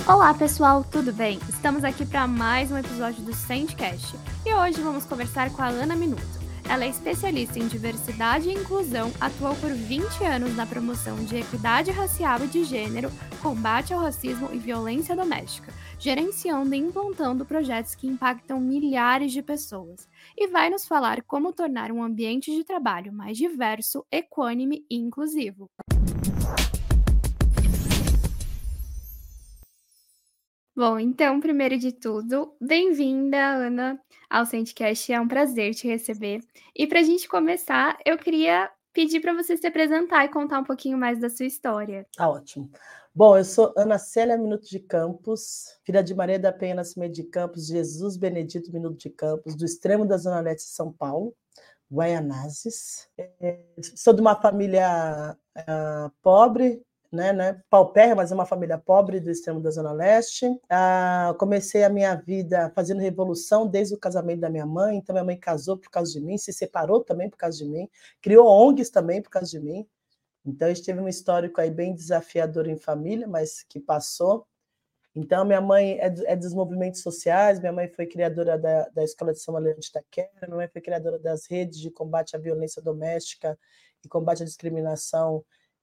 Olá pessoal, tudo bem? Estamos aqui para mais um episódio do Sandcast e hoje vamos conversar com a Ana Minuto. Ela é especialista em diversidade e inclusão, atuou por 20 anos na promoção de equidade racial e de gênero, combate ao racismo e violência doméstica, gerenciando e implantando projetos que impactam milhares de pessoas. E vai nos falar como tornar um ambiente de trabalho mais diverso, equânime e inclusivo. Bom, então, primeiro de tudo, bem-vinda, Ana, ao Sandcast. É um prazer te receber. E para a gente começar, eu queria pedir para você se apresentar e contar um pouquinho mais da sua história. Tá ótimo. Bom, eu sou Ana Célia Minuto de Campos, filha de Maria da Penha Nascimento de Campos, Jesus Benedito Minuto de Campos, do extremo da Zona Leste de São Paulo, Guaianazes. Sou de uma família pobre, né, paupérrima, mas é uma família pobre do extremo da Zona Leste. Comecei a minha vida fazendo revolução desde o casamento da minha mãe. Então, minha mãe casou por causa de mim, se separou também por causa de mim, criou ONGs também por causa de mim. Então, a gente teve um histórico aí bem desafiador em família, mas que passou. Então, minha mãe é dos movimentos sociais, minha mãe foi criadora da Escola de São Leandro de Itaquera, minha mãe foi criadora das redes de combate à violência doméstica e combate à discriminação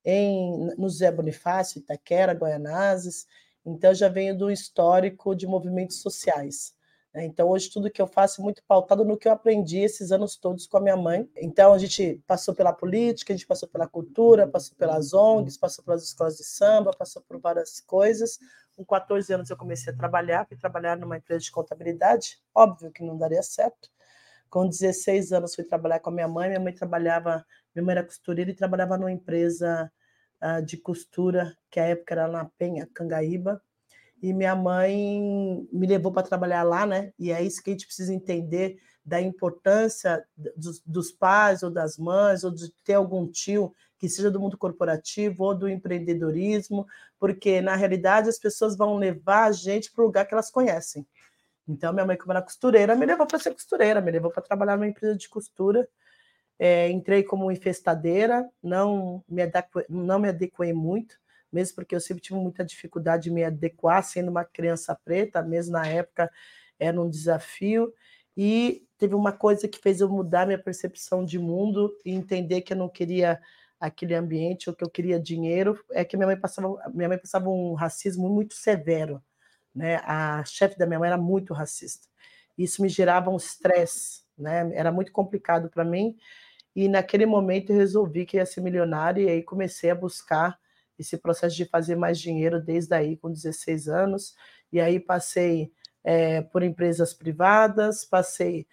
no José Bonifácio, Itaquera, Guaianazes. Então, eu já venho do histórico de movimentos sociais. Então, hoje, tudo que eu faço é muito pautado no que eu aprendi esses anos todos com a minha mãe. Então, a gente passou pela política, a gente passou pela cultura, passou pelas ONGs, passou pelas escolas de samba, passou por várias coisas. Com 14 anos, eu comecei a trabalhar, fui trabalhar numa empresa de contabilidade, óbvio que não daria certo. Com 16 anos, fui trabalhar com a minha mãe minha mãe era costureira e trabalhava numa empresa de costura, que à época era na Penha, Cangaíba, e minha mãe me levou para trabalhar lá, né? E é isso que a gente precisa entender da importância dos pais ou das mães, ou de ter algum tio que seja do mundo corporativo ou do empreendedorismo, porque, na realidade, as pessoas vão levar a gente para o lugar que elas conhecem. Então, minha mãe, como era costureira, me levou para ser costureira, me levou para trabalhar numa empresa de costura. Entrei como infestadeira, não me adequei muito, mesmo porque eu sempre tive muita dificuldade de me adequar, sendo uma criança preta, mesmo na época era um desafio. E teve uma coisa que fez eu mudar minha percepção de mundo e entender que eu não queria aquele ambiente, ou que eu queria dinheiro, é que minha mãe passava um racismo muito severo, né? A chefe da minha mãe era muito racista. Isso me gerava um estresse, né? Era muito complicado para mim. E naquele momento eu resolvi que ia ser milionária e aí comecei a buscar esse processo de fazer mais dinheiro desde aí, com 16 anos. E aí passei por empresas privadas, passei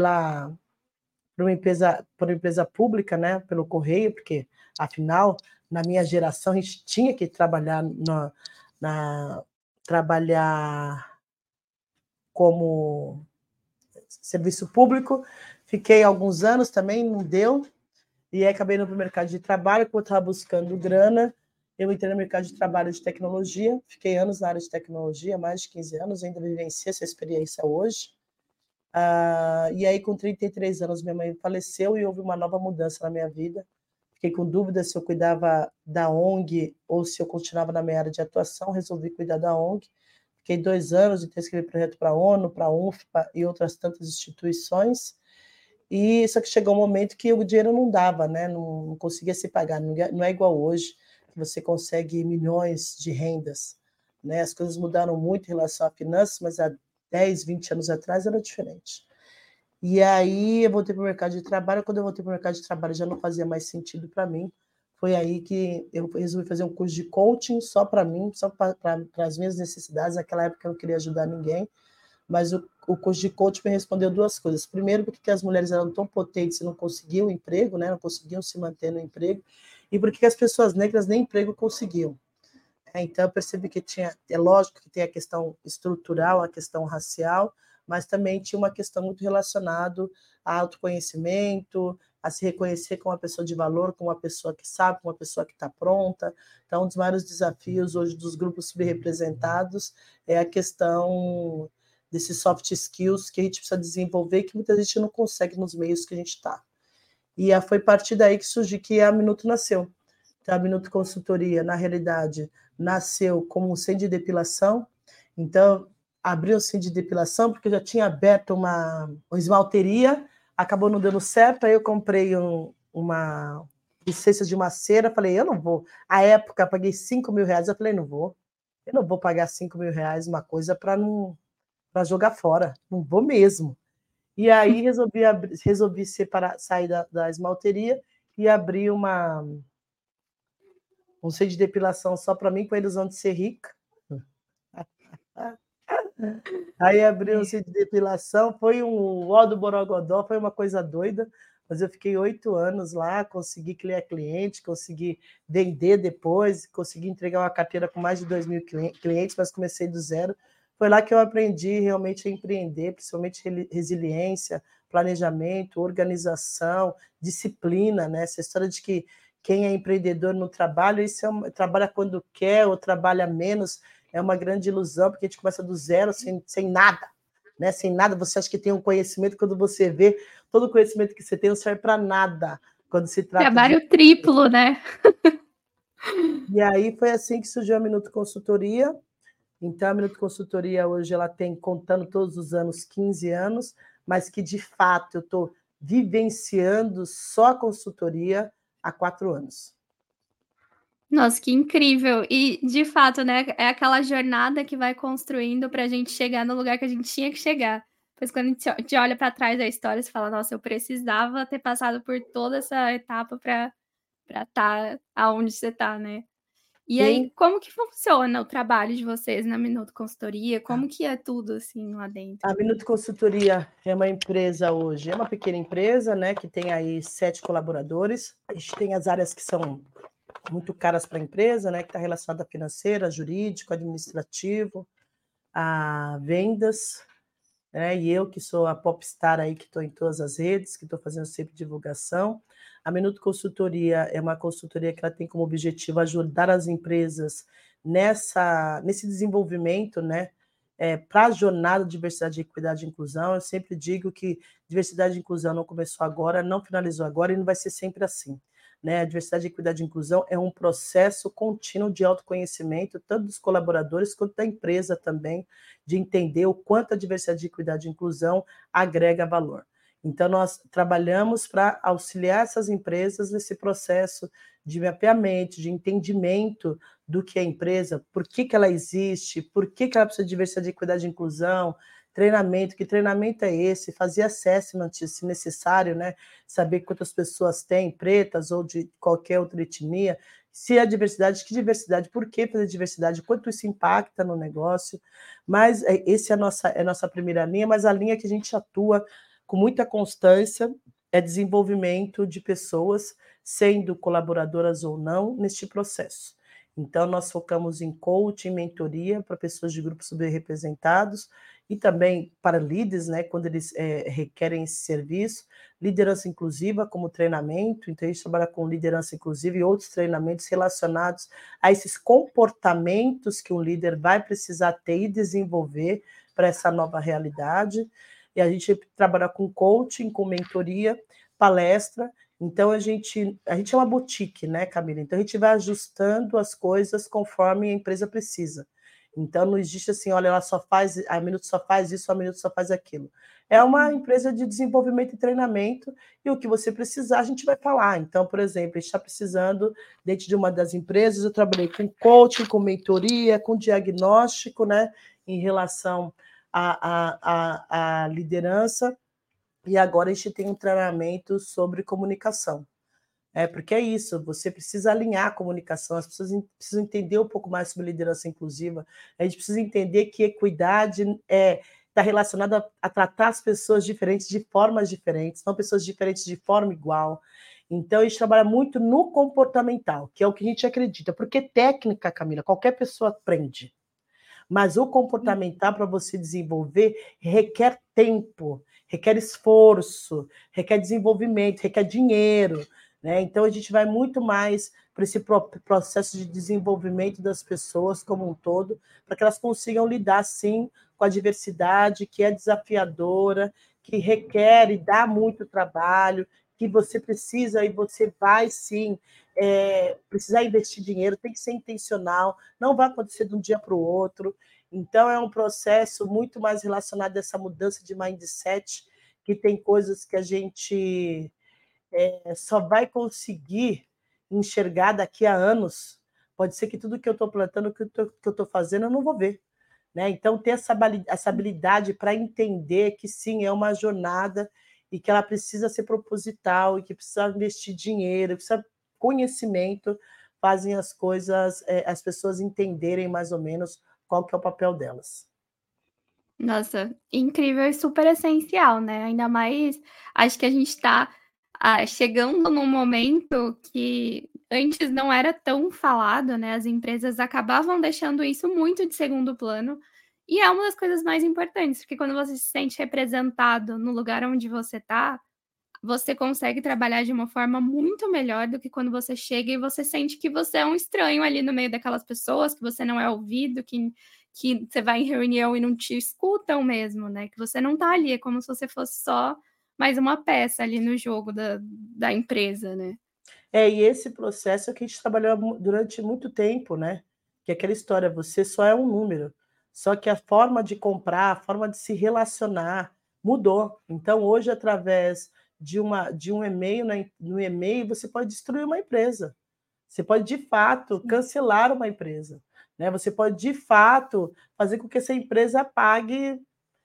por uma empresa pública, né, pelo Correio, porque, afinal, na minha geração, a gente tinha que trabalhar como serviço público. Fiquei alguns anos também, não deu. E aí acabei indo para o mercado de trabalho, como eu estava buscando grana, eu entrei no mercado de trabalho de tecnologia, fiquei anos na área de tecnologia, mais de 15 anos, ainda vivenciei essa experiência hoje. E aí, com 33 anos, minha mãe faleceu e houve uma nova mudança na minha vida. Fiquei com dúvida se eu cuidava da ONG ou se eu continuava na minha área de atuação, resolvi cuidar da ONG. Fiquei 2 anos, então escrevi projeto para a ONU, para a UNFPA e outras tantas instituições. E só que chegou um momento que o dinheiro não dava, né? Não conseguia se pagar. Não é igual hoje, que você consegue milhões de rendas, né? As coisas mudaram muito em relação a finanças, mas há 10, 20 anos atrás era diferente. E aí eu voltei para o mercado de trabalho. Quando eu voltei para o mercado de trabalho, já não fazia mais sentido para mim. Foi aí que eu resolvi fazer um curso de coaching só para mim, só para as minhas necessidades. Naquela época eu não queria ajudar ninguém. Mas o curso de coaching me respondeu duas coisas. Primeiro, porque as mulheres eram tão potentes e não conseguiam emprego, né? Não conseguiam se manter no emprego. E porque as pessoas negras nem emprego conseguiam. Então, eu percebi que é lógico que tem a questão estrutural, a questão racial, mas também tinha uma questão muito relacionada a autoconhecimento, a se reconhecer como uma pessoa de valor, como uma pessoa que sabe, como uma pessoa que está pronta. Então, um dos maiores desafios hoje dos grupos subrepresentados é a questão desses soft skills que a gente precisa desenvolver, que muita gente não consegue nos meios que a gente está. E foi a partir daí que surgiu, que a Minuto nasceu. Então, a Minuto Consultoria, na realidade, nasceu como um centro de depilação. Então, abri um centro de depilação, porque eu já tinha aberto uma esmalteria, acabou não dando certo, aí eu comprei uma licença de uma cera, falei, eu não vou. À época, paguei R$ 5.000, eu falei, eu não vou pagar R$ 5.000 uma coisa para jogar fora, não vou mesmo. E aí resolvi sair da esmalteria e abrir um centro de depilação só para mim, com a ilusão de ser rica. Aí abri um centro de depilação, foi um ó do Borogodó, foi uma coisa doida, mas eu fiquei 8 anos lá, consegui criar cliente, consegui vender depois, consegui entregar uma carteira com mais de 2.000 clientes, mas comecei do zero. Foi lá que eu aprendi realmente a empreender, principalmente resiliência, planejamento, organização, disciplina, né? Essa história de que quem é empreendedor no trabalho, trabalha quando quer ou trabalha menos, é uma grande ilusão, porque a gente começa do zero, sem nada, né? Sem nada, você acha que tem um conhecimento, quando você vê, todo o conhecimento que você tem não serve para nada, quando se trata de... Trabalho triplo, né? E aí foi assim que surgiu a Minuto Consultoria. Então, a Minuto Consultoria hoje ela tem, contando todos os anos, 15 anos, mas que, de fato, eu estou vivenciando só a consultoria há 4 anos. Nossa, que incrível! E, de fato, né, é aquela jornada que vai construindo pra gente chegar no lugar que a gente tinha que chegar. Pois quando a gente olha pra trás da história, você fala: "Nossa, eu precisava ter passado por toda essa etapa pra estar aonde você tá", né. E aí, Sim, como que funciona o trabalho de vocês na Minuto Consultoria? Como que é tudo, assim, lá dentro? a Minuto Consultoria é uma empresa hoje, é uma pequena empresa, né, que tem aí 7 colaboradores. A gente tem as áreas que são muito caras para a empresa, né, que está relacionada a financeira, jurídico, administrativo, a vendas, né, e eu que sou a popstar aí, que estou em todas as redes, que estou fazendo sempre divulgação. A Minuto Consultoria é uma consultoria que ela tem como objetivo ajudar as empresas nesse desenvolvimento, né, para a jornada de diversidade, equidade e inclusão. Eu sempre digo que diversidade e inclusão não começou agora, não finalizou agora e não vai ser sempre assim, né? A diversidade, equidade e inclusão é um processo contínuo de autoconhecimento, tanto dos colaboradores quanto da empresa também, de entender o quanto a diversidade, equidade e inclusão agrega valor. Então, nós trabalhamos para auxiliar essas empresas nesse processo de mapeamento, de entendimento do que é a empresa, por que ela existe, por que ela precisa de diversidade, equidade e inclusão, treinamento, que treinamento é esse, fazer assessment, se necessário, né? Saber quantas pessoas tem, pretas ou de qualquer outra etnia, se é diversidade, que diversidade, por que fazer diversidade, quanto isso impacta no negócio. Mas essa é a nossa primeira linha, mas a linha que a gente atua com muita constância é desenvolvimento de pessoas, sendo colaboradoras ou não, neste processo. Então, nós focamos em coaching, mentoria para pessoas de grupos subrepresentados e também para líderes, né, quando eles requerem esse serviço, liderança inclusiva como treinamento, então a gente trabalha com liderança inclusiva e outros treinamentos relacionados a esses comportamentos que um líder vai precisar ter e desenvolver para essa nova realidade. E a gente trabalha com coaching, com mentoria, palestra. Então, a gente é uma boutique, né, Camila? Então, a gente vai ajustando as coisas conforme a empresa precisa. Então, não existe assim, olha, a Minuto só faz isso, a Minuto só faz aquilo. É uma empresa de desenvolvimento e treinamento, e o que você precisar, a gente vai falar. Então, por exemplo, a gente está precisando, dentro de uma das empresas, eu trabalhei com coaching, com mentoria, com diagnóstico, né, em relação à liderança, e agora a gente tem um treinamento sobre comunicação. Porque é isso, você precisa alinhar a comunicação, as pessoas precisam entender um pouco mais sobre liderança inclusiva, a gente precisa entender que equidade está relacionada a tratar as pessoas diferentes de formas diferentes, não pessoas diferentes de forma igual. Então, a gente trabalha muito no comportamental, que é o que a gente acredita, porque técnica, Camila, qualquer pessoa aprende. Mas o comportamental, para você desenvolver, requer tempo, requer esforço, requer desenvolvimento, requer dinheiro, né? Então, a gente vai muito mais para esse processo de desenvolvimento das pessoas como um todo, para que elas consigam lidar, sim, com a diversidade, que é desafiadora, que requer e dá muito trabalho, que você precisa e você vai, sim, precisar investir dinheiro, tem que ser intencional, não vai acontecer de um dia para o outro. Então, é um processo muito mais relacionado a essa mudança de mindset, que tem coisas que a gente só vai conseguir enxergar daqui a anos. Pode ser que tudo que eu estou plantando, que eu estou fazendo, eu não vou ver. Né? Então, ter essa habilidade para entender que sim, é uma jornada e que ela precisa ser proposital e que precisa investir dinheiro, precisa conhecimento, fazem as coisas, as pessoas entenderem mais ou menos qual que é o papel delas. Nossa, incrível e super essencial, né, ainda mais acho que a gente tá, chegando num momento que antes não era tão falado, né, as empresas acabavam deixando isso muito de segundo plano, e é uma das coisas mais importantes, porque quando você se sente representado no lugar onde você tá, você consegue trabalhar de uma forma muito melhor do que quando você chega e você sente que você é um estranho ali no meio daquelas pessoas, que você não é ouvido, que você vai em reunião e não te escutam mesmo, né, que você não tá ali, é como se você fosse só mais uma peça ali no jogo da empresa, né. E esse processo é que a gente trabalhou durante muito tempo, né? Que é aquela história, você só é um número. Só que a forma de comprar, a forma de se relacionar mudou. Então, hoje, através de um e-mail, no e-mail, você pode destruir uma empresa. Você pode, de fato, Sim. cancelar uma empresa. Né? Você pode, de fato, fazer com que essa empresa pague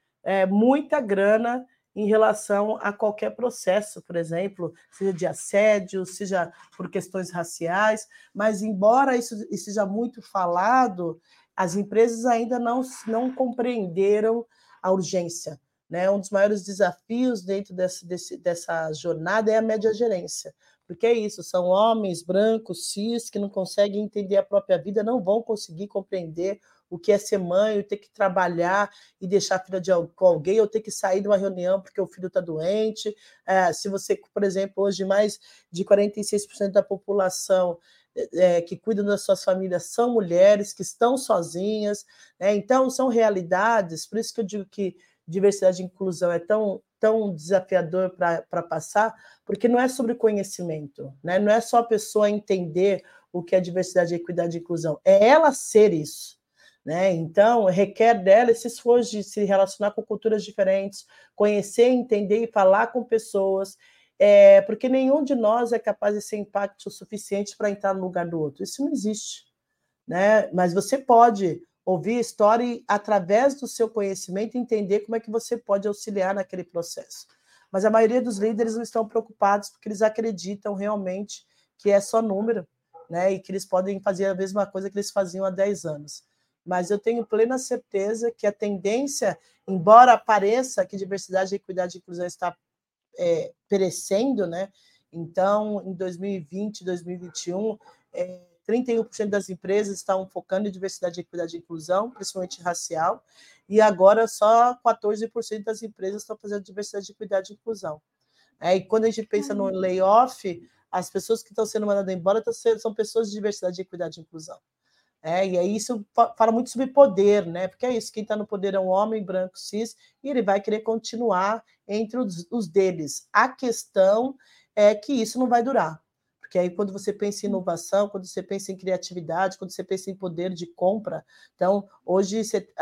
muita grana em relação a qualquer processo, por exemplo, seja de assédio, seja por questões raciais, mas embora isso seja muito falado, as empresas ainda não compreenderam a urgência. Né? Um dos maiores desafios dentro dessa jornada é a média gerência, porque é isso, são homens brancos, cis, que não conseguem entender a própria vida, não vão conseguir compreender o que é ser mãe, ter que trabalhar e deixar a filha com alguém, ou ter que sair de uma reunião porque o filho está doente. Se você, por exemplo, hoje mais de 46% da população que cuidam das suas famílias são mulheres que estão sozinhas, né? Então são realidades, por isso que eu digo que diversidade e inclusão é tão desafiador para passar, porque não é sobre conhecimento, né? Não é só a pessoa entender o que é diversidade, equidade e inclusão, é ela ser isso. Né? Então, requer dela esse esforço de se relacionar com culturas diferentes, conhecer, entender e falar com pessoas, porque nenhum de nós é capaz de ser impacto suficiente para entrar no lugar do outro. Isso não existe. Né? Mas você pode ouvir a história e, através do seu conhecimento, entender como é que você pode auxiliar naquele processo. Mas a maioria dos líderes não estão preocupados porque eles acreditam realmente que é só número, né? E que eles podem fazer a mesma coisa que eles faziam há 10 anos. Mas eu tenho plena certeza que a tendência, embora pareça que diversidade, equidade e inclusão está perecendo, né? Então, em 2020, 2021, 31% das empresas estavam focando em diversidade, equidade e inclusão, principalmente racial, e agora só 14% das empresas estão fazendo diversidade, equidade e inclusão. E quando a gente pensa no layoff, as pessoas que estão sendo mandadas embora são pessoas de diversidade, equidade e inclusão. E aí isso fala muito sobre poder, né? Porque é isso, quem está no poder é um homem branco cis e ele vai querer continuar entre os deles. A questão é que isso não vai durar. Porque aí quando você pensa em inovação, quando você pensa em criatividade, quando você pensa em poder de compra, então hoje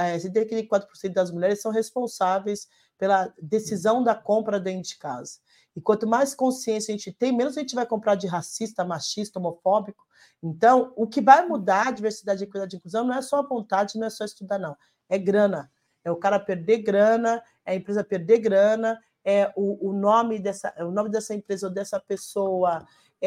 74% das mulheres são responsáveis pela decisão da compra dentro de casa. E quanto mais consciência a gente tem, menos a gente vai comprar de racista, machista, homofóbico. Então, o que vai mudar a diversidade, equidade e inclusão não é só a vontade, não é só estudar, não. É grana. É o cara perder grana, é a empresa perder grana, é o nome dessa empresa ou dessa pessoa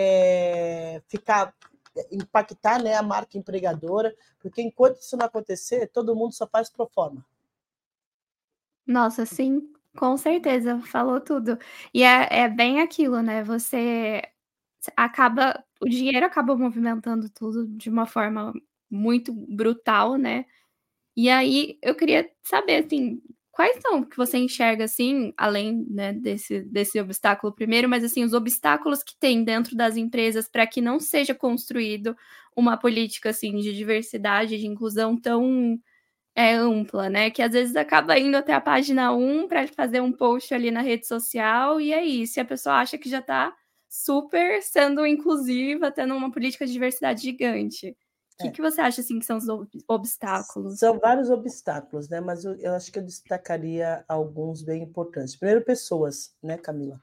impactar, né, a marca empregadora, porque enquanto isso não acontecer, todo mundo só faz pro forma. Nossa, sim, com certeza, falou tudo. E é bem aquilo, né, você acaba o dinheiro acaba movimentando tudo de uma forma muito brutal, né. E aí eu queria saber, assim, quais são que você enxerga, assim, além, né, desse obstáculo primeiro, mas, assim, os obstáculos que tem dentro das empresas para que não seja construído uma política, assim, de diversidade, de inclusão tão, ampla, né, que às vezes acaba indo até a página 1 para fazer um post ali na rede social e é isso, e a pessoa acha que já tá super sendo inclusiva, tendo uma política de diversidade gigante. que você acha assim, que são os obstáculos? São vários obstáculos, né? Mas eu acho que eu destacaria alguns bem importantes. Primeiro, pessoas, né, Camila?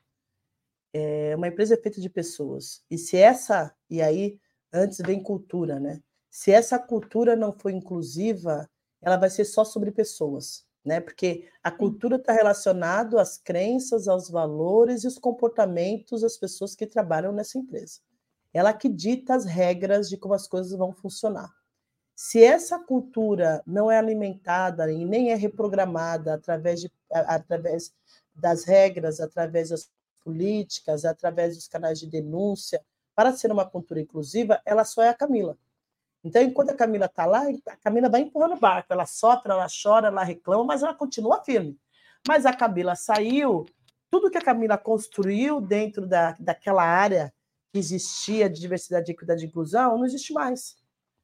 Uma empresa é feita de pessoas. E aí, antes vem cultura, né? Se essa cultura não for inclusiva, ela vai ser só sobre pessoas, né? Porque a Sim. cultura está relacionada às crenças, aos valores e os comportamentos das pessoas que trabalham nessa empresa. Ela que dita as regras de como as coisas vão funcionar. Se essa cultura não é alimentada e nem é reprogramada através das regras, através das políticas, através dos canais de denúncia, para ser uma cultura inclusiva, ela só é a Camila. Então, enquanto a Camila está lá, a Camila vai empurrando o barco, ela sofre, ela chora, ela reclama, mas ela continua firme. Mas a Camila saiu, tudo que a Camila construiu dentro daquela área que existia de diversidade, equidade e inclusão, não existe mais.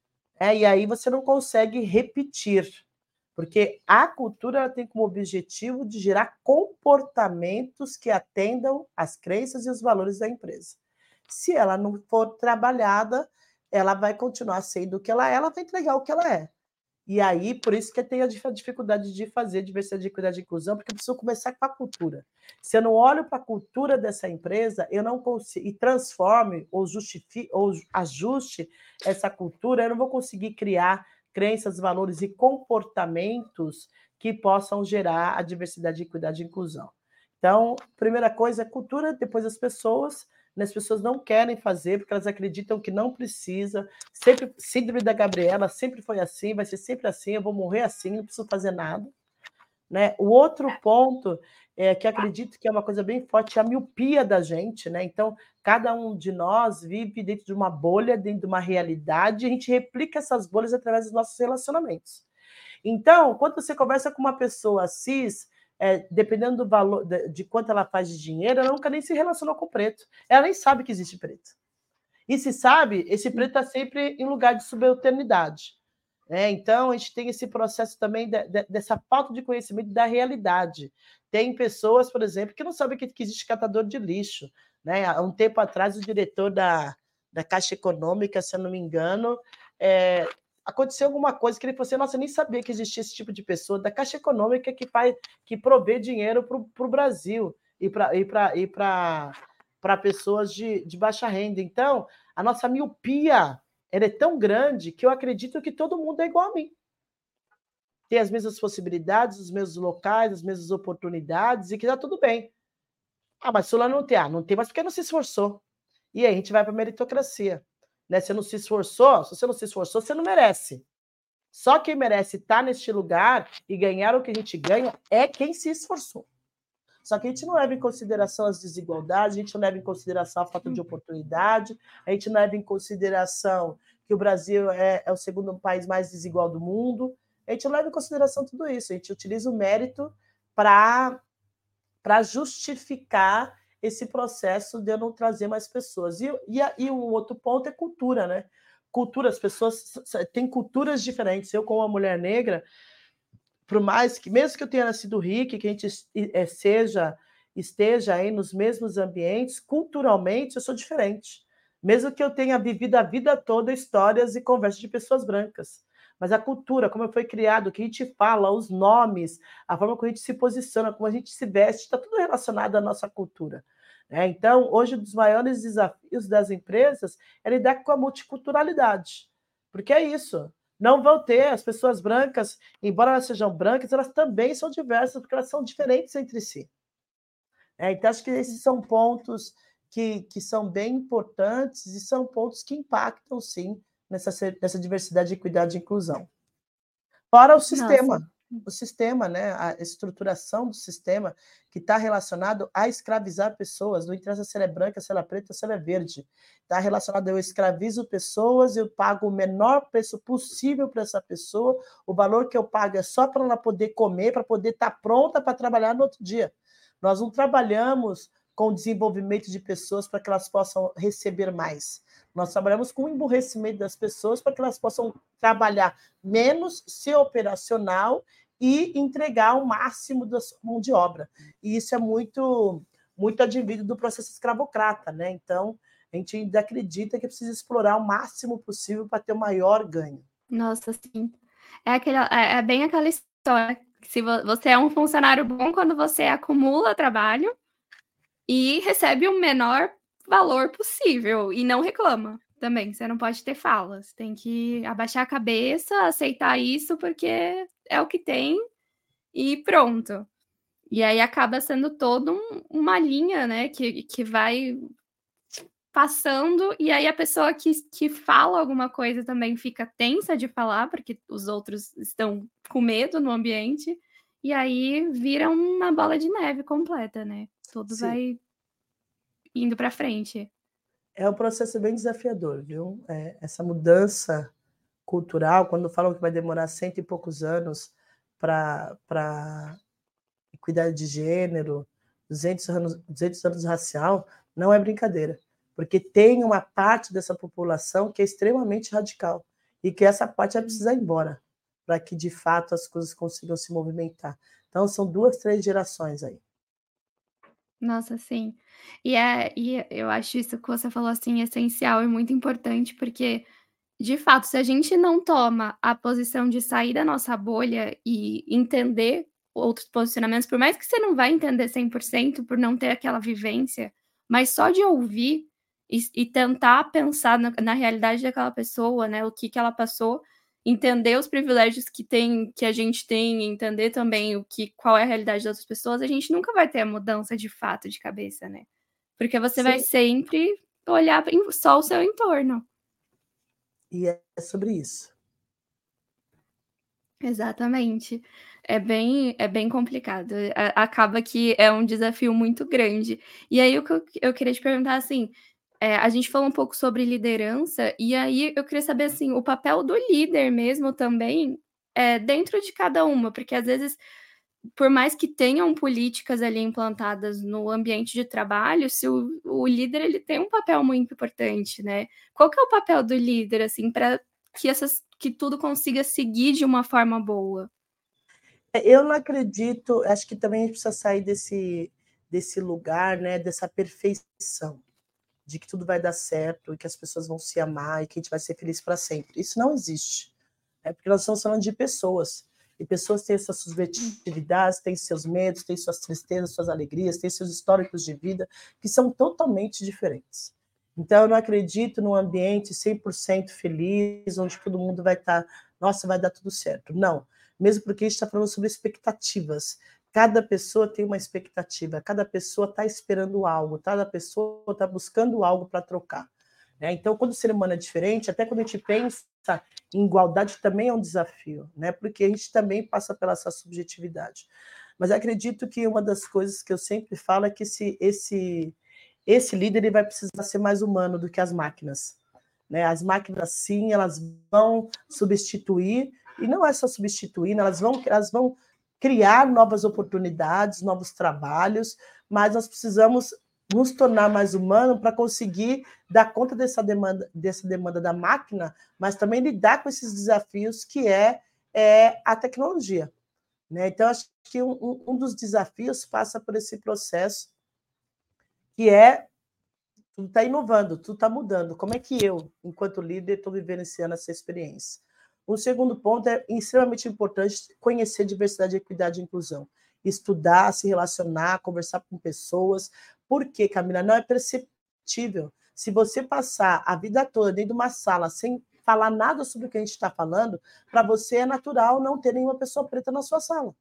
E aí você não consegue repetir, porque a cultura tem como objetivo de gerar comportamentos que atendam às crenças e os valores da empresa. Se ela não for trabalhada, ela vai continuar sendo o que ela vai entregar o que ela é. E aí, por isso que tem a dificuldade de fazer diversidade, equidade e inclusão, porque eu preciso começar com a cultura. Se eu não olho para a cultura dessa empresa, eu não consigo, e transforme ou justifique ou ajuste essa cultura, eu não vou conseguir criar crenças, valores e comportamentos que possam gerar a diversidade, equidade e inclusão. Então, primeira coisa é cultura, depois as pessoas. As pessoas não querem fazer porque elas acreditam que não precisa. Sempre, síndrome da Gabriela, sempre foi assim, vai ser sempre assim, eu vou morrer assim, não preciso fazer nada. Né? O outro ponto é que acredito que é uma coisa bem forte, é a miopia da gente. Né? Então, cada um de nós vive dentro de uma bolha, dentro de uma realidade, e a gente replica essas bolhas através dos nossos relacionamentos. Então, quando você conversa com uma pessoa cis, dependendo do valor, de quanto ela faz de dinheiro, ela nunca nem se relacionou com preto. Ela nem sabe que existe preto. E se sabe, esse preto está sempre em lugar de subalternidade. Então, a gente tem esse processo também dessa falta de conhecimento da realidade. Tem pessoas, por exemplo, que não sabem que existe catador de lixo. Né? Há um tempo atrás, o diretor da Caixa Econômica, se eu não me engano, aconteceu alguma coisa que ele falou assim, nossa, eu nem sabia que existia esse tipo de pessoa da Caixa Econômica que provê dinheiro para o Brasil e para pessoas de baixa renda. Então, a nossa miopia ela é tão grande que eu acredito que todo mundo é igual a mim. Tem as mesmas possibilidades, os mesmos locais, as mesmas oportunidades e que está tudo bem. Mas fulano não tem. Não tem, mas porque não se esforçou. E aí a gente vai para a meritocracia. Né? Você não se esforçou, se você não se esforçou, você não merece. Só quem merece estar neste lugar e ganhar o que a gente ganha é quem se esforçou. Só que a gente não leva em consideração as desigualdades, a gente não leva em consideração a falta de oportunidade, a gente não leva em consideração que o Brasil é o segundo país mais desigual do mundo, a gente não leva em consideração tudo isso, a gente utiliza o mérito para justificar esse processo de eu não trazer mais pessoas. E um outro ponto é cultura, né? Cultura, as pessoas têm culturas diferentes. Eu, como uma mulher negra, por mais que, mesmo que eu tenha nascido rica, que a gente esteja aí nos mesmos ambientes, culturalmente eu sou diferente. Mesmo que eu tenha vivido a vida toda histórias e conversas de pessoas brancas. Mas a cultura, como foi criado, o que a gente fala, os nomes, a forma como a gente se posiciona, como a gente se veste, está tudo relacionado à nossa cultura. Então, hoje, um dos maiores desafios das empresas é lidar com a multiculturalidade. Porque é isso. Não vão ter as pessoas brancas, embora elas sejam brancas, elas também são diversas, porque elas são diferentes entre si. Então, acho que esses são pontos que são bem importantes e são pontos que impactam, sim, nessa diversidade, equidade e inclusão. Fora o sistema, né? A estruturação do sistema que está relacionado a escravizar pessoas, não interessa se ela é branca, se ela é preta, se ela é verde. Está relacionado a eu escravizo pessoas, eu pago o menor preço possível para essa pessoa, o valor que eu pago é só para ela poder comer, para poder estar pronta para trabalhar no outro dia. Nós não trabalhamos com o desenvolvimento de pessoas para que elas possam receber mais. Nós trabalhamos com o emburrecimento das pessoas para que elas possam trabalhar menos, ser operacional e entregar o máximo da sua mão de obra. E isso é muito, muito advindo do processo escravocrata. Né? Então, A gente ainda acredita que precisa explorar o máximo possível para ter o maior ganho. Nossa, sim. É bem aquela história, que se você é um funcionário bom quando você acumula trabalho e recebe o menor valor possível e não reclama também, você não pode ter falas, tem que abaixar a cabeça, aceitar isso, porque é o que tem e pronto. E aí acaba sendo toda uma linha, né, que vai passando, e aí a pessoa que fala alguma coisa também fica tensa de falar, porque os outros estão com medo no ambiente, e aí vira uma bola de neve completa, né? Tudo Sim, vai indo para frente. é um processo bem desafiador, viu? Essa mudança cultural, quando falam que vai demorar 100 e poucos anos para equidade de gênero, 200 anos racial, não é brincadeira, porque tem uma parte dessa população que é extremamente radical e que essa parte vai precisar ir embora para que, de fato, as coisas consigam se movimentar. Então, são 2, 3 gerações aí. Nossa, sim. E eu acho isso que você falou, assim, essencial e muito importante, porque, de fato, se a gente não toma a posição de sair da nossa bolha e entender outros posicionamentos, por mais que você não vai entender 100% por não ter aquela vivência, mas só de ouvir e tentar pensar na realidade daquela pessoa, né, o que ela passou, entender os privilégios que a gente tem, entender também qual é a realidade das outras pessoas, a gente nunca vai ter a mudança de fato de cabeça, né. Porque você vai Sim, sempre olhar só o seu entorno. e é sobre isso. Exatamente. É bem complicado, acaba que é um desafio muito grande. E aí o que eu queria te perguntar, assim, a gente falou um pouco sobre liderança, e aí eu queria saber, assim, o papel do líder mesmo também, dentro de cada uma, porque às vezes, por mais que tenham políticas ali implantadas no ambiente de trabalho, se o líder ele tem um papel muito importante, né. Qual que é o papel do líder, assim, para que tudo consiga seguir de uma forma boa? Eu não acredito, acho que também a gente precisa sair desse lugar, né, dessa perfeição, de que tudo vai dar certo e que as pessoas vão se amar e que a gente vai ser feliz para sempre. Isso não existe. É porque nós estamos falando de pessoas. E pessoas têm essas subjetividades, têm seus medos, têm suas tristezas, suas alegrias, têm seus históricos de vida que são totalmente diferentes. Então, eu não acredito num ambiente 100% feliz, onde todo mundo vai estar, nossa, vai dar tudo certo. Não. Mesmo porque a gente está falando sobre expectativas. Cada pessoa tem uma expectativa, cada pessoa está esperando algo, cada pessoa está buscando algo para trocar. Né? Então, quando o ser humano é diferente, até quando a gente pensa em igualdade, também é um desafio, né? Porque a gente também passa pela essa subjetividade. Mas acredito que uma das coisas que eu sempre falo é que esse líder ele vai precisar ser mais humano do que as máquinas. Né? As máquinas, sim, elas vão substituir, e não é só substituir, né? Elas vão criar novas oportunidades, novos trabalhos, mas nós precisamos nos tornar mais humanos para conseguir dar conta dessa demanda da máquina, mas também lidar com esses desafios que é a tecnologia. Né? Então, acho que um dos desafios passa por esse processo, que é tudo está inovando, tudo está mudando. Como é que eu, enquanto líder, estou vivenciando essa experiência? O segundo ponto é extremamente importante conhecer diversidade, equidade e inclusão. Estudar, se relacionar, conversar com pessoas. Por quê, Camila? Não é perceptível. Se você passar a vida toda dentro de uma sala sem falar nada sobre o que a gente está falando, para você é natural não ter nenhuma pessoa preta na sua sala.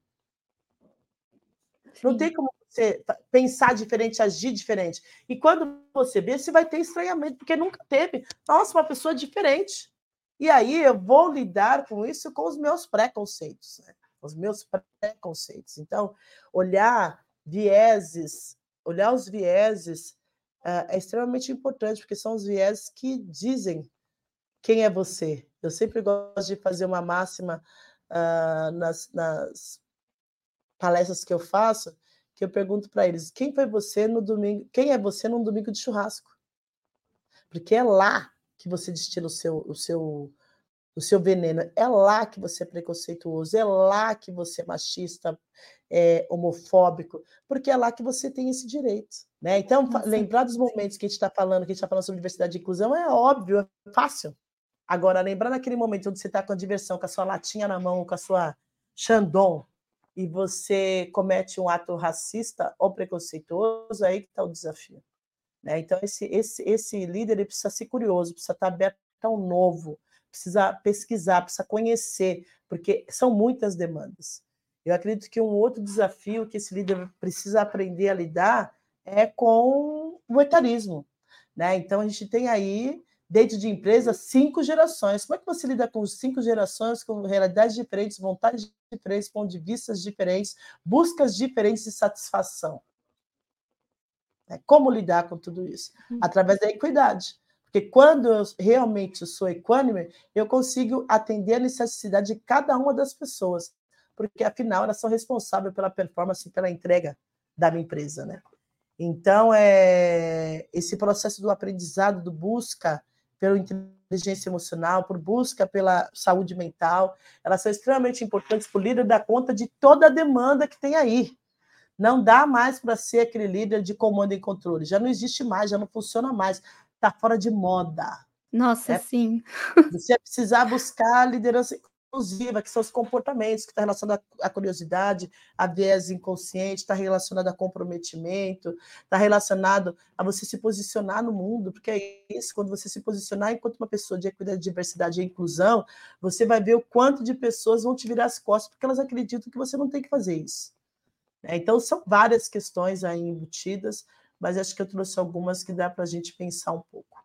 Não Sim. tem como você pensar diferente, agir diferente. E quando você vê, você vai ter estranhamento, porque nunca teve. Nossa, uma pessoa diferente. E aí eu vou lidar com isso com os meus preconceitos, né? Os meus preconceitos. Então, olhar os vieses é extremamente importante, porque são os vieses que dizem quem é você. Eu sempre gosto de fazer uma máxima nas palestras que eu faço, que eu pergunto para eles: quem foi você no domingo? Quem é você num domingo de churrasco? Porque é lá que você destila o seu veneno. É lá que você é preconceituoso, é lá que você é machista, homofóbico, porque é lá que você tem esse direito, né? Então, Nossa, lembrar dos momentos que a gente está falando, sobre diversidade e inclusão, é óbvio, é fácil. Agora, lembrar naquele momento onde você está com a diversão, com a sua latinha na mão, com a sua Chandon, e você comete um ato racista ou preconceituoso, é aí que está o desafio. Né? Então, esse líder ele precisa ser curioso, precisa estar aberto ao novo, precisa pesquisar, precisa conhecer, porque são muitas demandas. Eu acredito que um outro desafio que esse líder precisa aprender a lidar é com o etarismo. Né? Então, a gente tem aí, dentro de empresa, 5 gerações. Como é que você lida com 5 gerações, com realidades diferentes, vontades diferentes, pontos de vista diferentes, buscas diferentes de satisfação? Como lidar com tudo isso? Através da equidade. Porque quando eu realmente sou equânime, eu consigo atender a necessidade de cada uma das pessoas. Porque, afinal, elas são responsáveis pela performance e pela entrega da minha empresa. Né? Então, esse processo do aprendizado, do busca pela inteligência emocional, por busca pela saúde mental, elas são extremamente importantes para o líder dar conta de toda a demanda que tem aí. Não dá mais para ser aquele líder de comando e controle. Já não existe mais, já não funciona mais. Está fora de moda. nossa, Né? sim. Você vai precisar buscar a liderança inclusiva, que são os comportamentos, que está relacionado à curiosidade, a viés inconsciente, está relacionado a comprometimento, está relacionado a você se posicionar no mundo, porque é isso, quando você se posicionar enquanto uma pessoa de equidade, diversidade e inclusão, você vai ver o quanto de pessoas vão te virar as costas, porque elas acreditam que você não tem que fazer isso. Então, são várias questões aí embutidas, mas acho que eu trouxe algumas que dá para a gente pensar um pouco.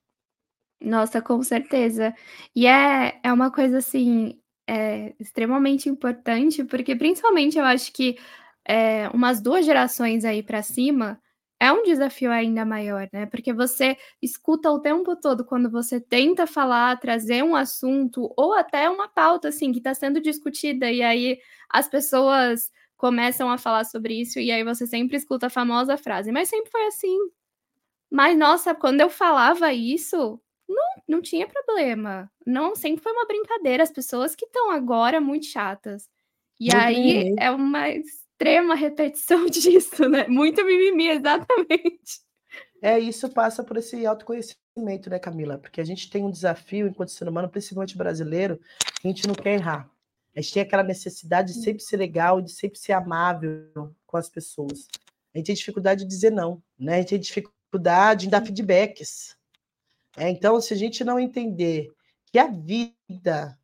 Nossa, com certeza. E é uma coisa, assim, extremamente importante, porque principalmente eu acho que, umas 2 gerações aí pra cima, é um desafio ainda maior, né, porque você escuta o tempo todo quando você tenta falar, trazer um assunto ou até uma pauta, assim, que está sendo discutida, e aí as pessoas começam a falar sobre isso, e aí você sempre escuta a famosa frase: "Mas sempre foi assim". Mas nossa, quando eu falava isso, não tinha problema. Não, sempre foi uma brincadeira, as pessoas que estão agora muito chatas. E Muito aí mimimi. é uma extrema repetição disso, né, muito mimimi, exatamente. Isso passa por esse autoconhecimento, né, Camila? Porque a gente tem um desafio enquanto ser humano, principalmente brasileiro, que a gente não quer errar. A gente tem aquela necessidade de sempre ser legal, de sempre ser amável com as pessoas. A gente tem dificuldade de dizer não, né? A gente tem dificuldade em dar feedbacks. Então, se a gente não entender que a vida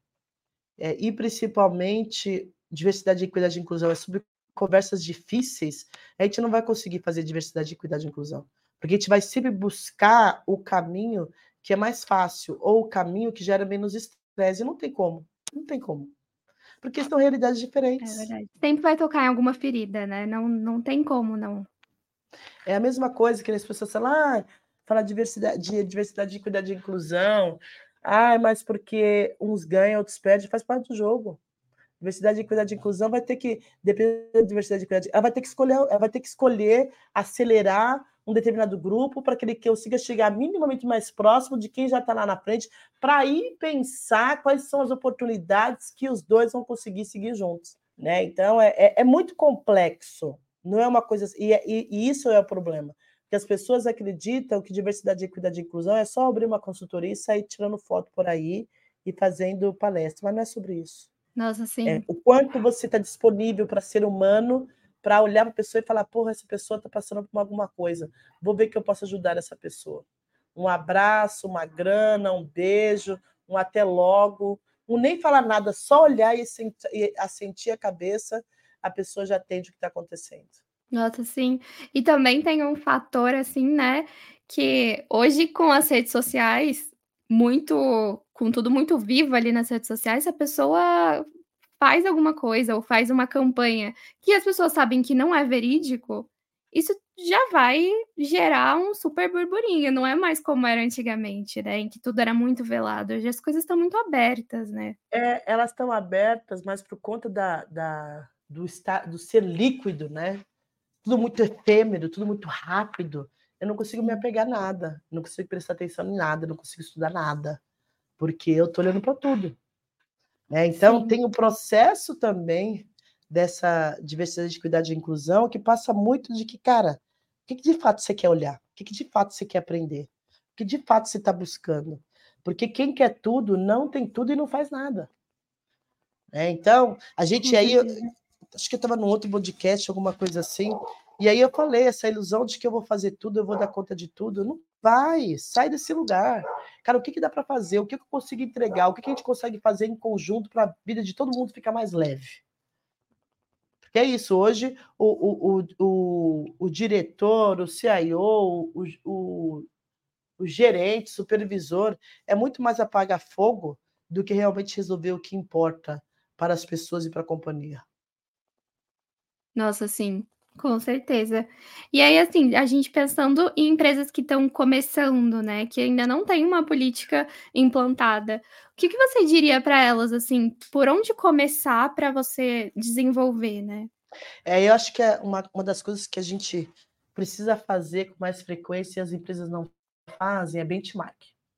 e principalmente diversidade, equidade e inclusão é sobre conversas difíceis, a gente não vai conseguir fazer diversidade, equidade e inclusão. Porque a gente vai sempre buscar o caminho que é mais fácil, ou o caminho que gera menos estresse. E não tem como. Não tem como. Porque são realidades É diferentes. verdade. Sempre vai tocar em alguma ferida, né, não tem como não. É a mesma coisa que as pessoas falam, fala diversidade, equidade e inclusão. Mas porque uns ganham, outros perdem, faz parte do jogo. Diversidade, equidade e inclusão vai ter que, dependendo da diversidade e equidade, ela vai ter que escolher acelerar um determinado grupo para que ele consiga chegar minimamente mais próximo de quem já está lá na frente, para aí pensar quais são as oportunidades que os dois vão conseguir seguir juntos. Né? Então, é muito complexo. Não é uma coisa. E isso é o problema. Porque as pessoas acreditam que diversidade, equidade e inclusão é só abrir uma consultoria e sair tirando foto por aí e fazendo palestra. Mas não é sobre isso. Nossa, sim. O quanto você está disponível para ser humano, para olhar para a pessoa e falar, porra, essa pessoa está passando por alguma coisa, vou ver que eu posso ajudar essa pessoa. Um abraço, uma grana, um beijo, um até logo, um nem falar nada, só olhar e sentir a cabeça, a pessoa já entende o que está acontecendo. Nossa, sim. E também tem um fator, assim, né, que hoje com as redes sociais, com tudo muito vivo ali nas redes sociais, a pessoa faz alguma coisa ou faz uma campanha que as pessoas sabem que não é verídico, isso já vai gerar um super burburinho, não é mais como era antigamente, né, em que tudo era muito velado, hoje as coisas estão muito abertas, né. Elas estão abertas, mas por conta do ser líquido, né? Tudo muito efêmero, tudo muito rápido. Eu não consigo me Sim. apegar a nada, não consigo prestar atenção em nada, não consigo estudar nada. porque eu estou olhando para tudo. Né? Então, Sim. tem o processo também dessa diversidade, equidade e inclusão que passa muito de que, cara, o que de fato você quer olhar? O que de fato você quer aprender? O que de fato você está buscando? Porque quem quer tudo não tem tudo e não faz nada. Então, a gente Com aí, certeza. acho que eu estava num outro podcast, alguma coisa assim, e aí eu falei, essa ilusão de que eu vou fazer tudo, eu vou dar conta de tudo, não vai, sai desse lugar. Cara, o que dá para fazer? O que eu consigo entregar? O que a gente consegue fazer em conjunto para a vida de todo mundo ficar mais leve? Porque é isso, hoje o diretor, o CIO, o gerente, o supervisor, é muito mais apagar fogo do que realmente resolver o que importa para as pessoas e para a companhia. Nossa, sim, com certeza. E aí, assim, a gente pensando em empresas que estão começando, né, que ainda não tem uma política implantada, o que você diria para elas, assim, por onde começar para você desenvolver, né? Eu acho que é uma das coisas que a gente precisa fazer com mais frequência e as empresas não fazem é benchmark.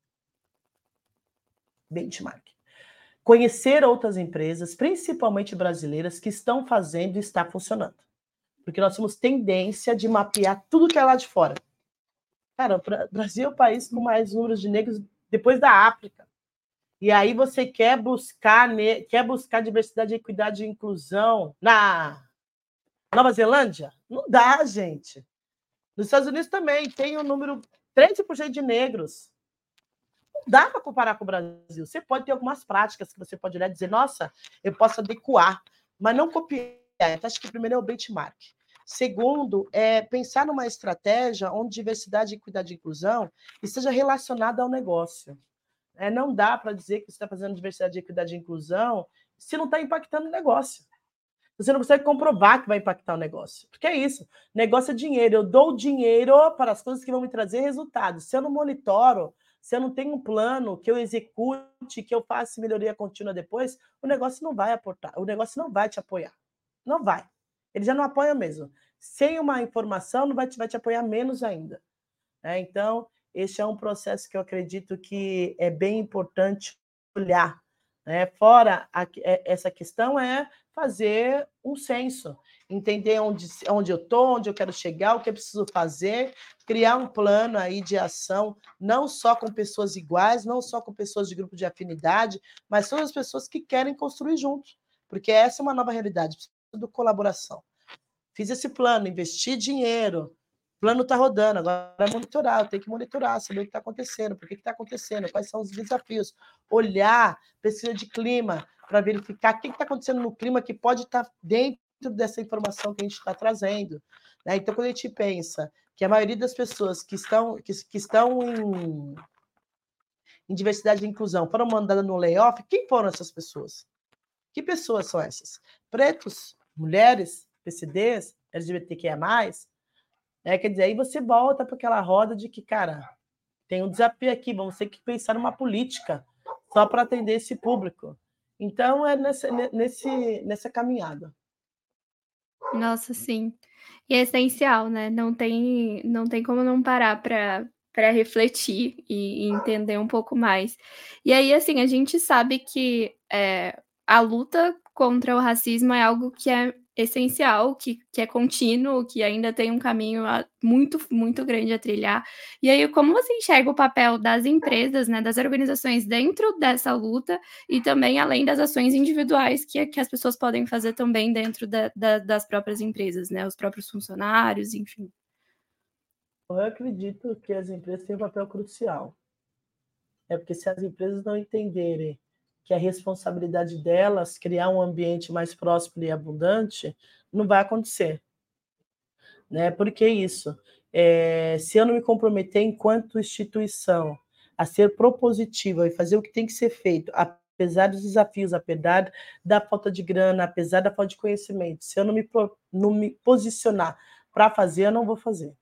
Benchmark. Conhecer outras empresas, principalmente brasileiras, que estão fazendo e está funcionando. Porque nós temos tendência de mapear tudo que é lá de fora. Cara, o Brasil é o país com mais números de negros depois da África. E aí você quer buscar diversidade, equidade e inclusão na Nova Zelândia? Não dá, gente. Nos Estados Unidos também tem um número 13% de negros. Não dá para comparar com o Brasil. Você pode ter algumas práticas que você pode olhar e dizer, nossa, eu posso adequar, mas não copiar. Então, acho que primeiro é o benchmark. Segundo, é pensar numa estratégia onde diversidade, equidade e inclusão esteja relacionada ao negócio. Não dá para dizer que você está fazendo diversidade, equidade e inclusão se não está impactando o negócio. Você não consegue comprovar que vai impactar o negócio. Porque é isso. Negócio é dinheiro. Eu dou dinheiro para as coisas que vão me trazer resultados. Se eu não monitoro, se eu não tenho um plano que eu execute, que eu faça melhoria contínua depois, o negócio não vai aportar. O negócio não vai te apoiar. Não vai. Ele já não apoia mesmo. Sem uma informação, não vai te apoiar menos ainda. Então, esse é um processo que eu acredito que é bem importante olhar. Fora essa questão é fazer um censo, entender onde eu estou, onde eu quero chegar, o que eu preciso fazer, criar um plano aí de ação, não só com pessoas iguais, não só com pessoas de grupo de afinidade, mas todas as pessoas que querem construir juntos, porque essa é uma nova realidade, precisa de colaboração. Fiz esse plano, investi dinheiro, o plano está rodando, agora é monitorar, eu tenho que monitorar, saber o que está acontecendo, por que está acontecendo, quais são os desafios, olhar, pesquisa de clima, para verificar o que está acontecendo no clima que pode estar dentro dessa informação que a gente está trazendo. Então, quando a gente pensa que a maioria das pessoas que estão em diversidade e inclusão foram mandadas no layoff, quem foram essas pessoas? Que pessoas são essas? Pretos, mulheres, PCDs, LGBTQIA+, quer dizer, aí você volta para aquela roda de que, cara, tem um desafio aqui, vamos ter que pensar numa política só para atender esse público. Então, é nessa caminhada. Nossa, sim. E é essencial, né, não tem como não parar para refletir e entender um pouco mais. E aí, assim, a gente sabe que, a luta contra o racismo é algo que é essencial, que é contínuo, que ainda tem um caminho muito, muito grande a trilhar. E aí, como você enxerga o papel das empresas, né, das organizações dentro dessa luta e também além das ações individuais que as pessoas podem fazer também dentro das próprias empresas, né, os próprios funcionários, enfim. Eu acredito que as empresas têm um papel crucial. Porque se as empresas não entenderem que a responsabilidade delas criar um ambiente mais próspero e abundante, não vai acontecer. Por que isso? Se eu não me comprometer enquanto instituição a ser propositiva e fazer o que tem que ser feito, apesar dos desafios, apesar da falta de grana, apesar da falta de conhecimento, se eu não me posicionar para fazer, eu não vou fazer.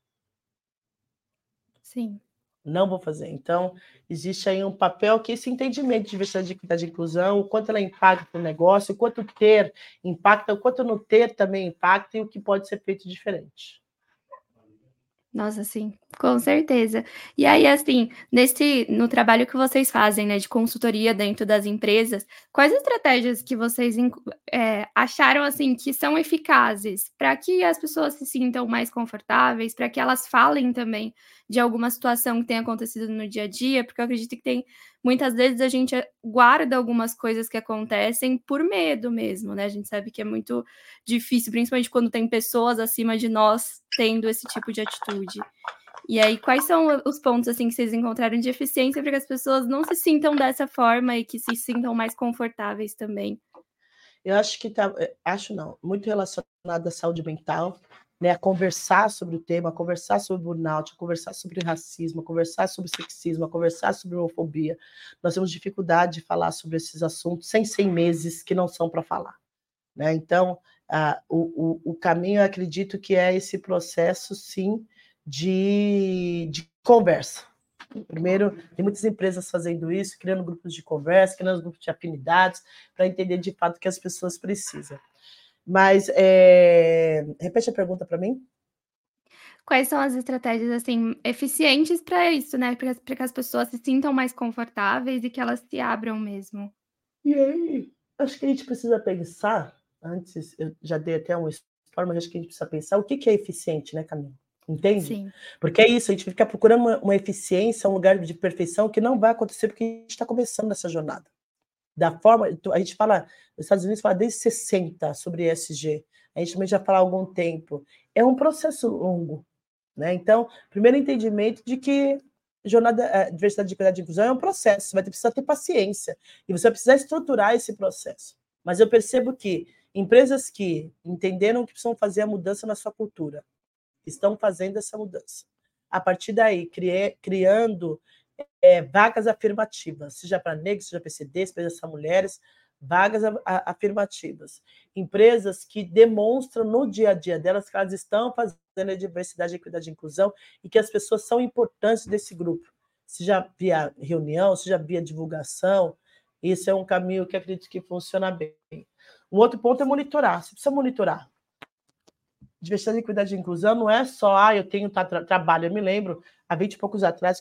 Sim. Não vou fazer. Então, existe aí um papel que esse entendimento de diversidade, equidade e inclusão, o quanto ela impacta o negócio, o quanto ter impacta, o quanto não ter também impacta e o que pode ser feito diferente. Nossa, sim, com certeza. E aí, assim, no trabalho que vocês fazem, né, de consultoria dentro das empresas, quais estratégias que vocês acharam, assim, que são eficazes para que as pessoas se sintam mais confortáveis, para que elas falem também de alguma situação que tenha acontecido no dia a dia? Porque eu acredito que tem muitas vezes a gente, guarda algumas coisas que acontecem por medo mesmo, né, a gente sabe que é muito difícil, principalmente quando tem pessoas acima de nós tendo esse tipo de atitude. E aí, quais são os pontos, assim, que vocês encontraram de eficiência para que as pessoas não se sintam dessa forma e que se sintam mais confortáveis também? Eu acho que acho não, muito relacionado à saúde mental, né, a conversar sobre o tema, a conversar sobre burnout, a conversar sobre racismo, a conversar sobre sexismo, a conversar sobre homofobia. Nós temos dificuldade de falar sobre esses assuntos sem 100 meses que não são para falar, né? Então, o caminho, eu acredito que é esse processo, sim, de conversa. Primeiro, tem muitas empresas fazendo isso, criando grupos de conversa, criando grupos de afinidades, para entender de fato o que as pessoas precisam. Mas, repete a pergunta para mim. Quais são as estratégias, assim, eficientes para isso, né, para que as pessoas se sintam mais confortáveis e que elas se abram mesmo? E aí, acho que a gente precisa pensar, antes, eu já dei até um spoiler, mas acho que a gente precisa pensar o que que é eficiente, né, Camila? Entende? Sim, Porque é isso, a gente fica procurando uma eficiência, um lugar de perfeição que não vai acontecer porque a gente está começando essa jornada. Da forma, a gente fala, nos Estados Unidos fala desde 60 sobre ESG, a gente também já fala há algum tempo. É um processo longo, né? Então, primeiro entendimento de que jornada, diversidade, equidade e inclusão é um processo, você vai precisar ter paciência e você vai precisar estruturar esse processo. Mas eu percebo que empresas que entenderam que precisam fazer a mudança na sua cultura, estão fazendo essa mudança. A partir daí, criando vagas afirmativas, seja para negros, seja para PCD, seja para mulheres, vagas afirmativas. Empresas que demonstram no dia a dia delas que elas estão fazendo a diversidade, equidade e inclusão e que as pessoas são importantes desse grupo, seja via reunião, seja via divulgação. Isso é um caminho que acredito que funciona bem. Um outro ponto é monitorar. Você precisa monitorar. Diversidade, equidade e inclusão não é só, eu tenho trabalho. Eu me lembro, há 20 e poucos atrás,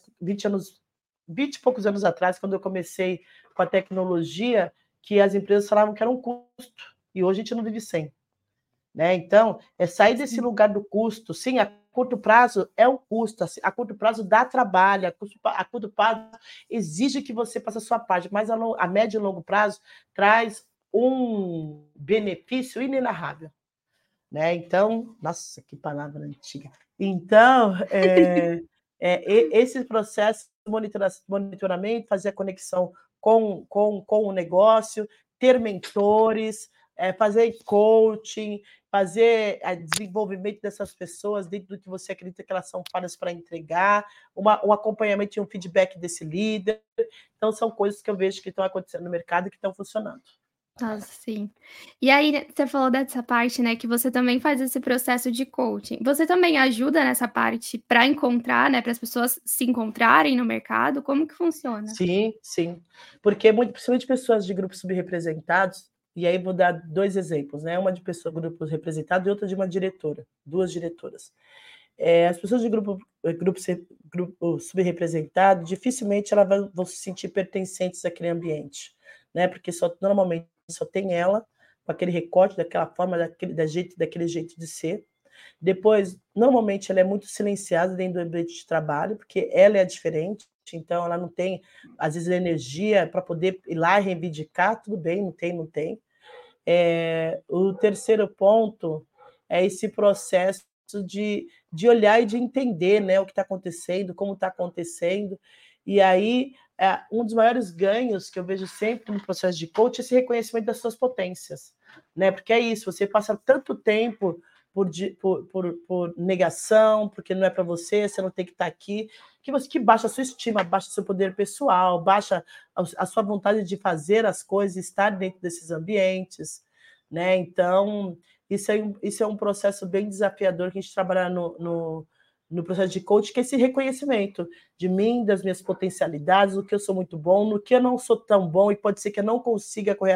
20 e poucos anos atrás, quando eu comecei com a tecnologia, que as empresas falavam que era um custo, e hoje a gente não vive sem. Né? Então, é sair desse sim. lugar do custo. Sim, a curto prazo é um custo, a curto prazo dá trabalho, a curto prazo exige que você faça a sua parte, mas a médio e longo prazo traz um benefício inenarrável. Né? Então, nossa, que palavra antiga. Então, esse processo de monitoramento, fazer a conexão com o negócio, ter mentores, fazer coaching, fazer desenvolvimento dessas pessoas dentro do que você acredita que elas são falhas para entregar, um acompanhamento e um feedback desse líder. Então, são coisas que eu vejo que estão acontecendo no mercado e que estão funcionando. Nossa, sim. E aí, né, você falou dessa parte, né, que você também faz esse processo de coaching. Você também ajuda nessa parte para encontrar, né, para as pessoas se encontrarem no mercado? Como que funciona? Sim, sim. Porque principalmente pessoas de grupos subrepresentados, e aí vou dar 2 exemplos, né, uma de grupos representados e outra de uma diretora, 2 diretoras. As pessoas de grupo subrepresentado, dificilmente elas vão se sentir pertencentes àquele ambiente, né, porque normalmente só tem ela, com aquele recorte, daquela forma, daquele jeito de ser. Depois, normalmente, ela é muito silenciada dentro do ambiente de trabalho, porque ela é diferente, então ela não tem, às vezes, energia para poder ir lá e reivindicar, tudo bem, não tem, não tem. O terceiro ponto é esse processo de olhar e de entender, né, o que está acontecendo, como está acontecendo. E aí, um dos maiores ganhos que eu vejo sempre no processo de coach é esse reconhecimento das suas potências. Né? Porque é isso, você passa tanto tempo por negação, porque não é para você, você não tem que estar aqui, que baixa a sua estima, baixa o seu poder pessoal, baixa a sua vontade de fazer as coisas, estar dentro desses ambientes, né? Então, isso é um processo bem desafiador que a gente trabalha no processo de coach, que é esse reconhecimento de mim, das minhas potencialidades, do que eu sou muito bom, no que eu não sou tão bom, e pode ser que eu não consiga correr atrás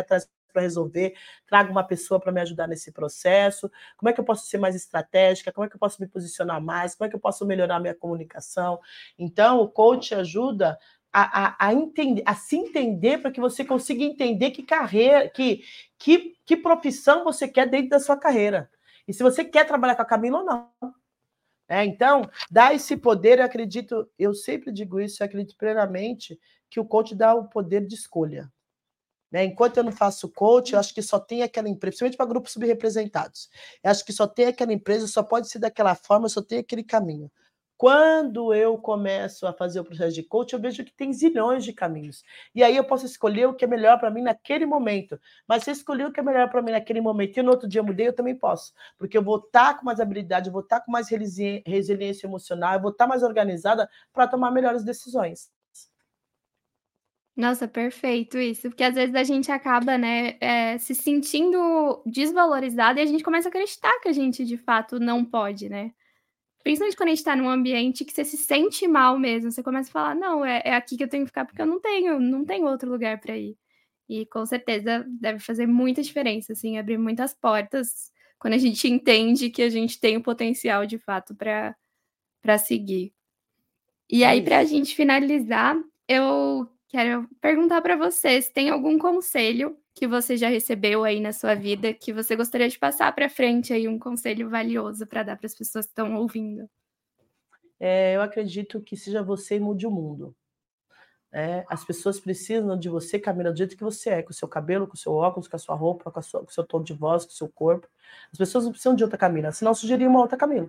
para resolver, trago uma pessoa para me ajudar nesse processo, como é que eu posso ser mais estratégica, como é que eu posso me posicionar mais, como é que eu posso melhorar a minha comunicação. Então, o coach ajuda a se entender para que você consiga entender que carreira, que profissão você quer dentro da sua carreira. E se você quer trabalhar com a Camila ou não. Então, dá esse poder, eu sempre digo isso, eu acredito plenamente que o coach dá o poder de escolha. Enquanto eu não faço coach, eu acho que só tem aquela empresa, principalmente para grupos subrepresentados, eu acho que só tem aquela empresa, só pode ser daquela forma, só tem aquele caminho. Quando eu começo a fazer o processo de coach, eu vejo que tem zilhões de caminhos. E aí eu posso escolher o que é melhor para mim naquele momento. Mas se eu escolher o que é melhor para mim naquele momento e no outro dia eu mudei, eu também posso. Porque eu vou estar com mais habilidade, eu vou estar com mais resiliência emocional, eu vou estar mais organizada para tomar melhores decisões. Nossa, perfeito isso, porque às vezes a gente acaba, né, se sentindo desvalorizada e a gente começa a acreditar que a gente de fato não pode, né. Principalmente quando a gente tá num ambiente que você se sente mal mesmo, você começa a falar: "Não, é aqui que eu tenho que ficar, porque eu não tenho outro lugar pra ir". E com certeza deve fazer muita diferença, assim, abrir muitas portas, quando a gente entende que a gente tem o potencial de fato pra seguir. E É aí, pra isso. gente finalizar, eu quero perguntar pra você se tem algum conselho que você já recebeu aí na sua vida, que você gostaria de passar pra frente aí, um conselho valioso pra dar para as pessoas que estão ouvindo? Eu acredito que seja você e mude o mundo. As pessoas precisam de você, Camila, do jeito que você é, com o seu cabelo, com o seu óculos, com a sua roupa, com o seu tom de voz, com o seu corpo. As pessoas não precisam de outra Camila, senão sugerir uma outra Camila.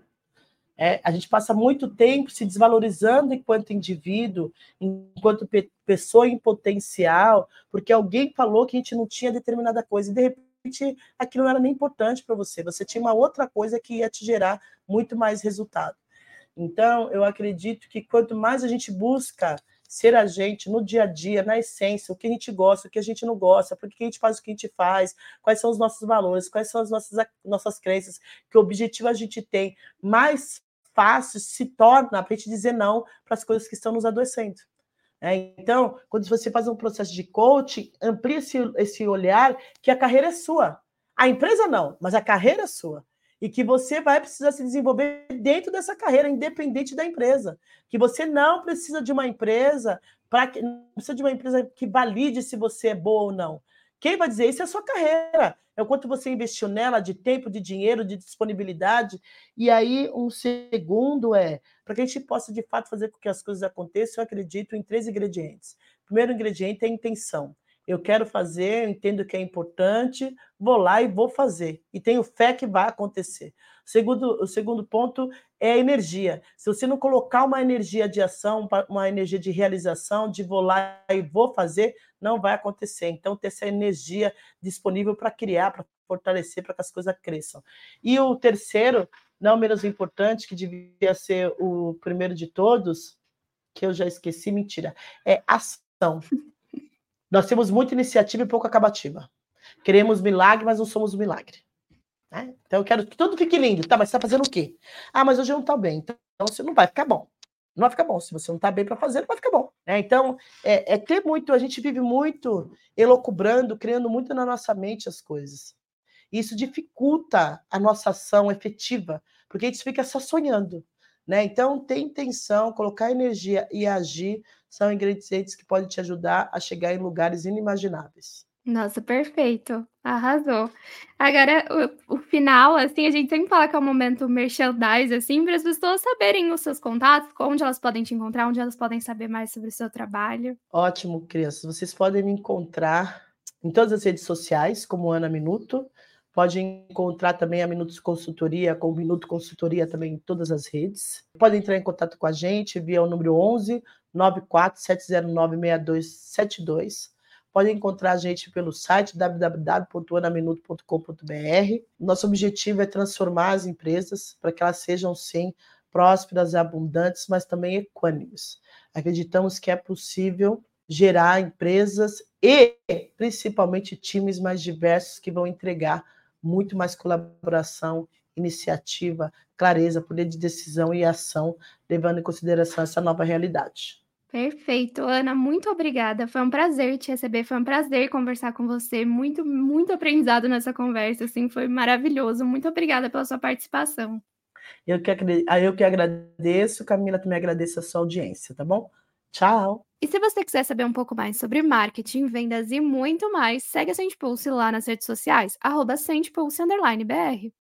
A gente passa muito tempo se desvalorizando enquanto indivíduo, enquanto pessoa em potencial, porque alguém falou que a gente não tinha determinada coisa, e de repente aquilo não era nem importante para você, você tinha uma outra coisa que ia te gerar muito mais resultado. Então, eu acredito que quanto mais a gente busca ser a gente no dia a dia, na essência, o que a gente gosta, o que a gente não gosta, por que a gente faz o que a gente faz, quais são os nossos valores, quais são as nossas crenças, que objetivo a gente tem, mais fácil se torna para a gente dizer não para as coisas que estão nos adoecendo. Então, quando você faz um processo de coaching, amplia esse olhar que a carreira é sua. A empresa não, mas a carreira é sua. E que você vai precisar se desenvolver dentro dessa carreira, independente da empresa. Que você não precisa de uma empresa não precisa de uma empresa que valide se você é boa ou não. Quem vai dizer isso é a sua carreira. É o quanto você investiu nela de tempo, de dinheiro, de disponibilidade. E aí, um segundo para que a gente possa, de fato, fazer com que as coisas aconteçam, eu acredito em 3 ingredientes. O primeiro ingrediente é a intenção. Eu quero fazer, eu entendo que é importante, vou lá e vou fazer. E tenho fé que vai acontecer. O segundo ponto é a energia. Se você não colocar uma energia de ação, uma energia de realização, de vou lá e vou fazer, não vai acontecer. Então, ter essa energia disponível para criar, para fortalecer, para que as coisas cresçam. E o terceiro, não menos importante, que devia ser o primeiro de todos, que eu já esqueci, mentira, é ação. Nós temos muita iniciativa e pouca acabativa. Queremos milagre, mas não somos um milagre. Então eu quero que tudo fique lindo. Tá, mas você está fazendo o quê? Ah, mas hoje eu não estou bem. Então você não vai ficar bom. Não vai ficar bom. Se você não está bem para fazer, não vai ficar bom. Então, ter muito, a gente vive muito elocubrando, criando muito na nossa mente as coisas. Isso dificulta a nossa ação efetiva, porque a gente fica só sonhando. Então, ter intenção, colocar energia e agir são ingredientes que podem te ajudar a chegar em lugares inimagináveis. Nossa, perfeito, arrasou. Agora o final, assim, a gente sempre fala que é o momento merchandise, assim, para as pessoas saberem os seus contatos, onde elas podem te encontrar, onde elas podem saber mais sobre o seu trabalho. Ótimo, crianças. Vocês podem me encontrar em todas as redes sociais, como Ana Minuto. Podem encontrar também a Minutos Consultoria, com o Minuto Consultoria também em todas as redes. Podem entrar em contato com a gente via o número 11 94709 6272. Podem encontrar a gente pelo site www.anaminuto.com.br. Nosso objetivo é transformar as empresas para que elas sejam, sim, prósperas e abundantes, mas também equânimes. Acreditamos que é possível gerar empresas e, principalmente, times mais diversos que vão entregar muito mais colaboração, iniciativa, clareza, poder de decisão e ação, levando em consideração essa nova realidade. Perfeito, Ana, muito obrigada. Foi um prazer te receber, foi um prazer conversar com você. Muito, muito aprendizado nessa conversa, assim, foi maravilhoso. Muito obrigada pela sua participação. Eu que agradeço, Camila, também agradeço a sua audiência, tá bom? Tchau. E se você quiser saber um pouco mais sobre marketing, vendas e muito mais, segue a Sente Pulse lá nas redes sociais, @sentepulse_br.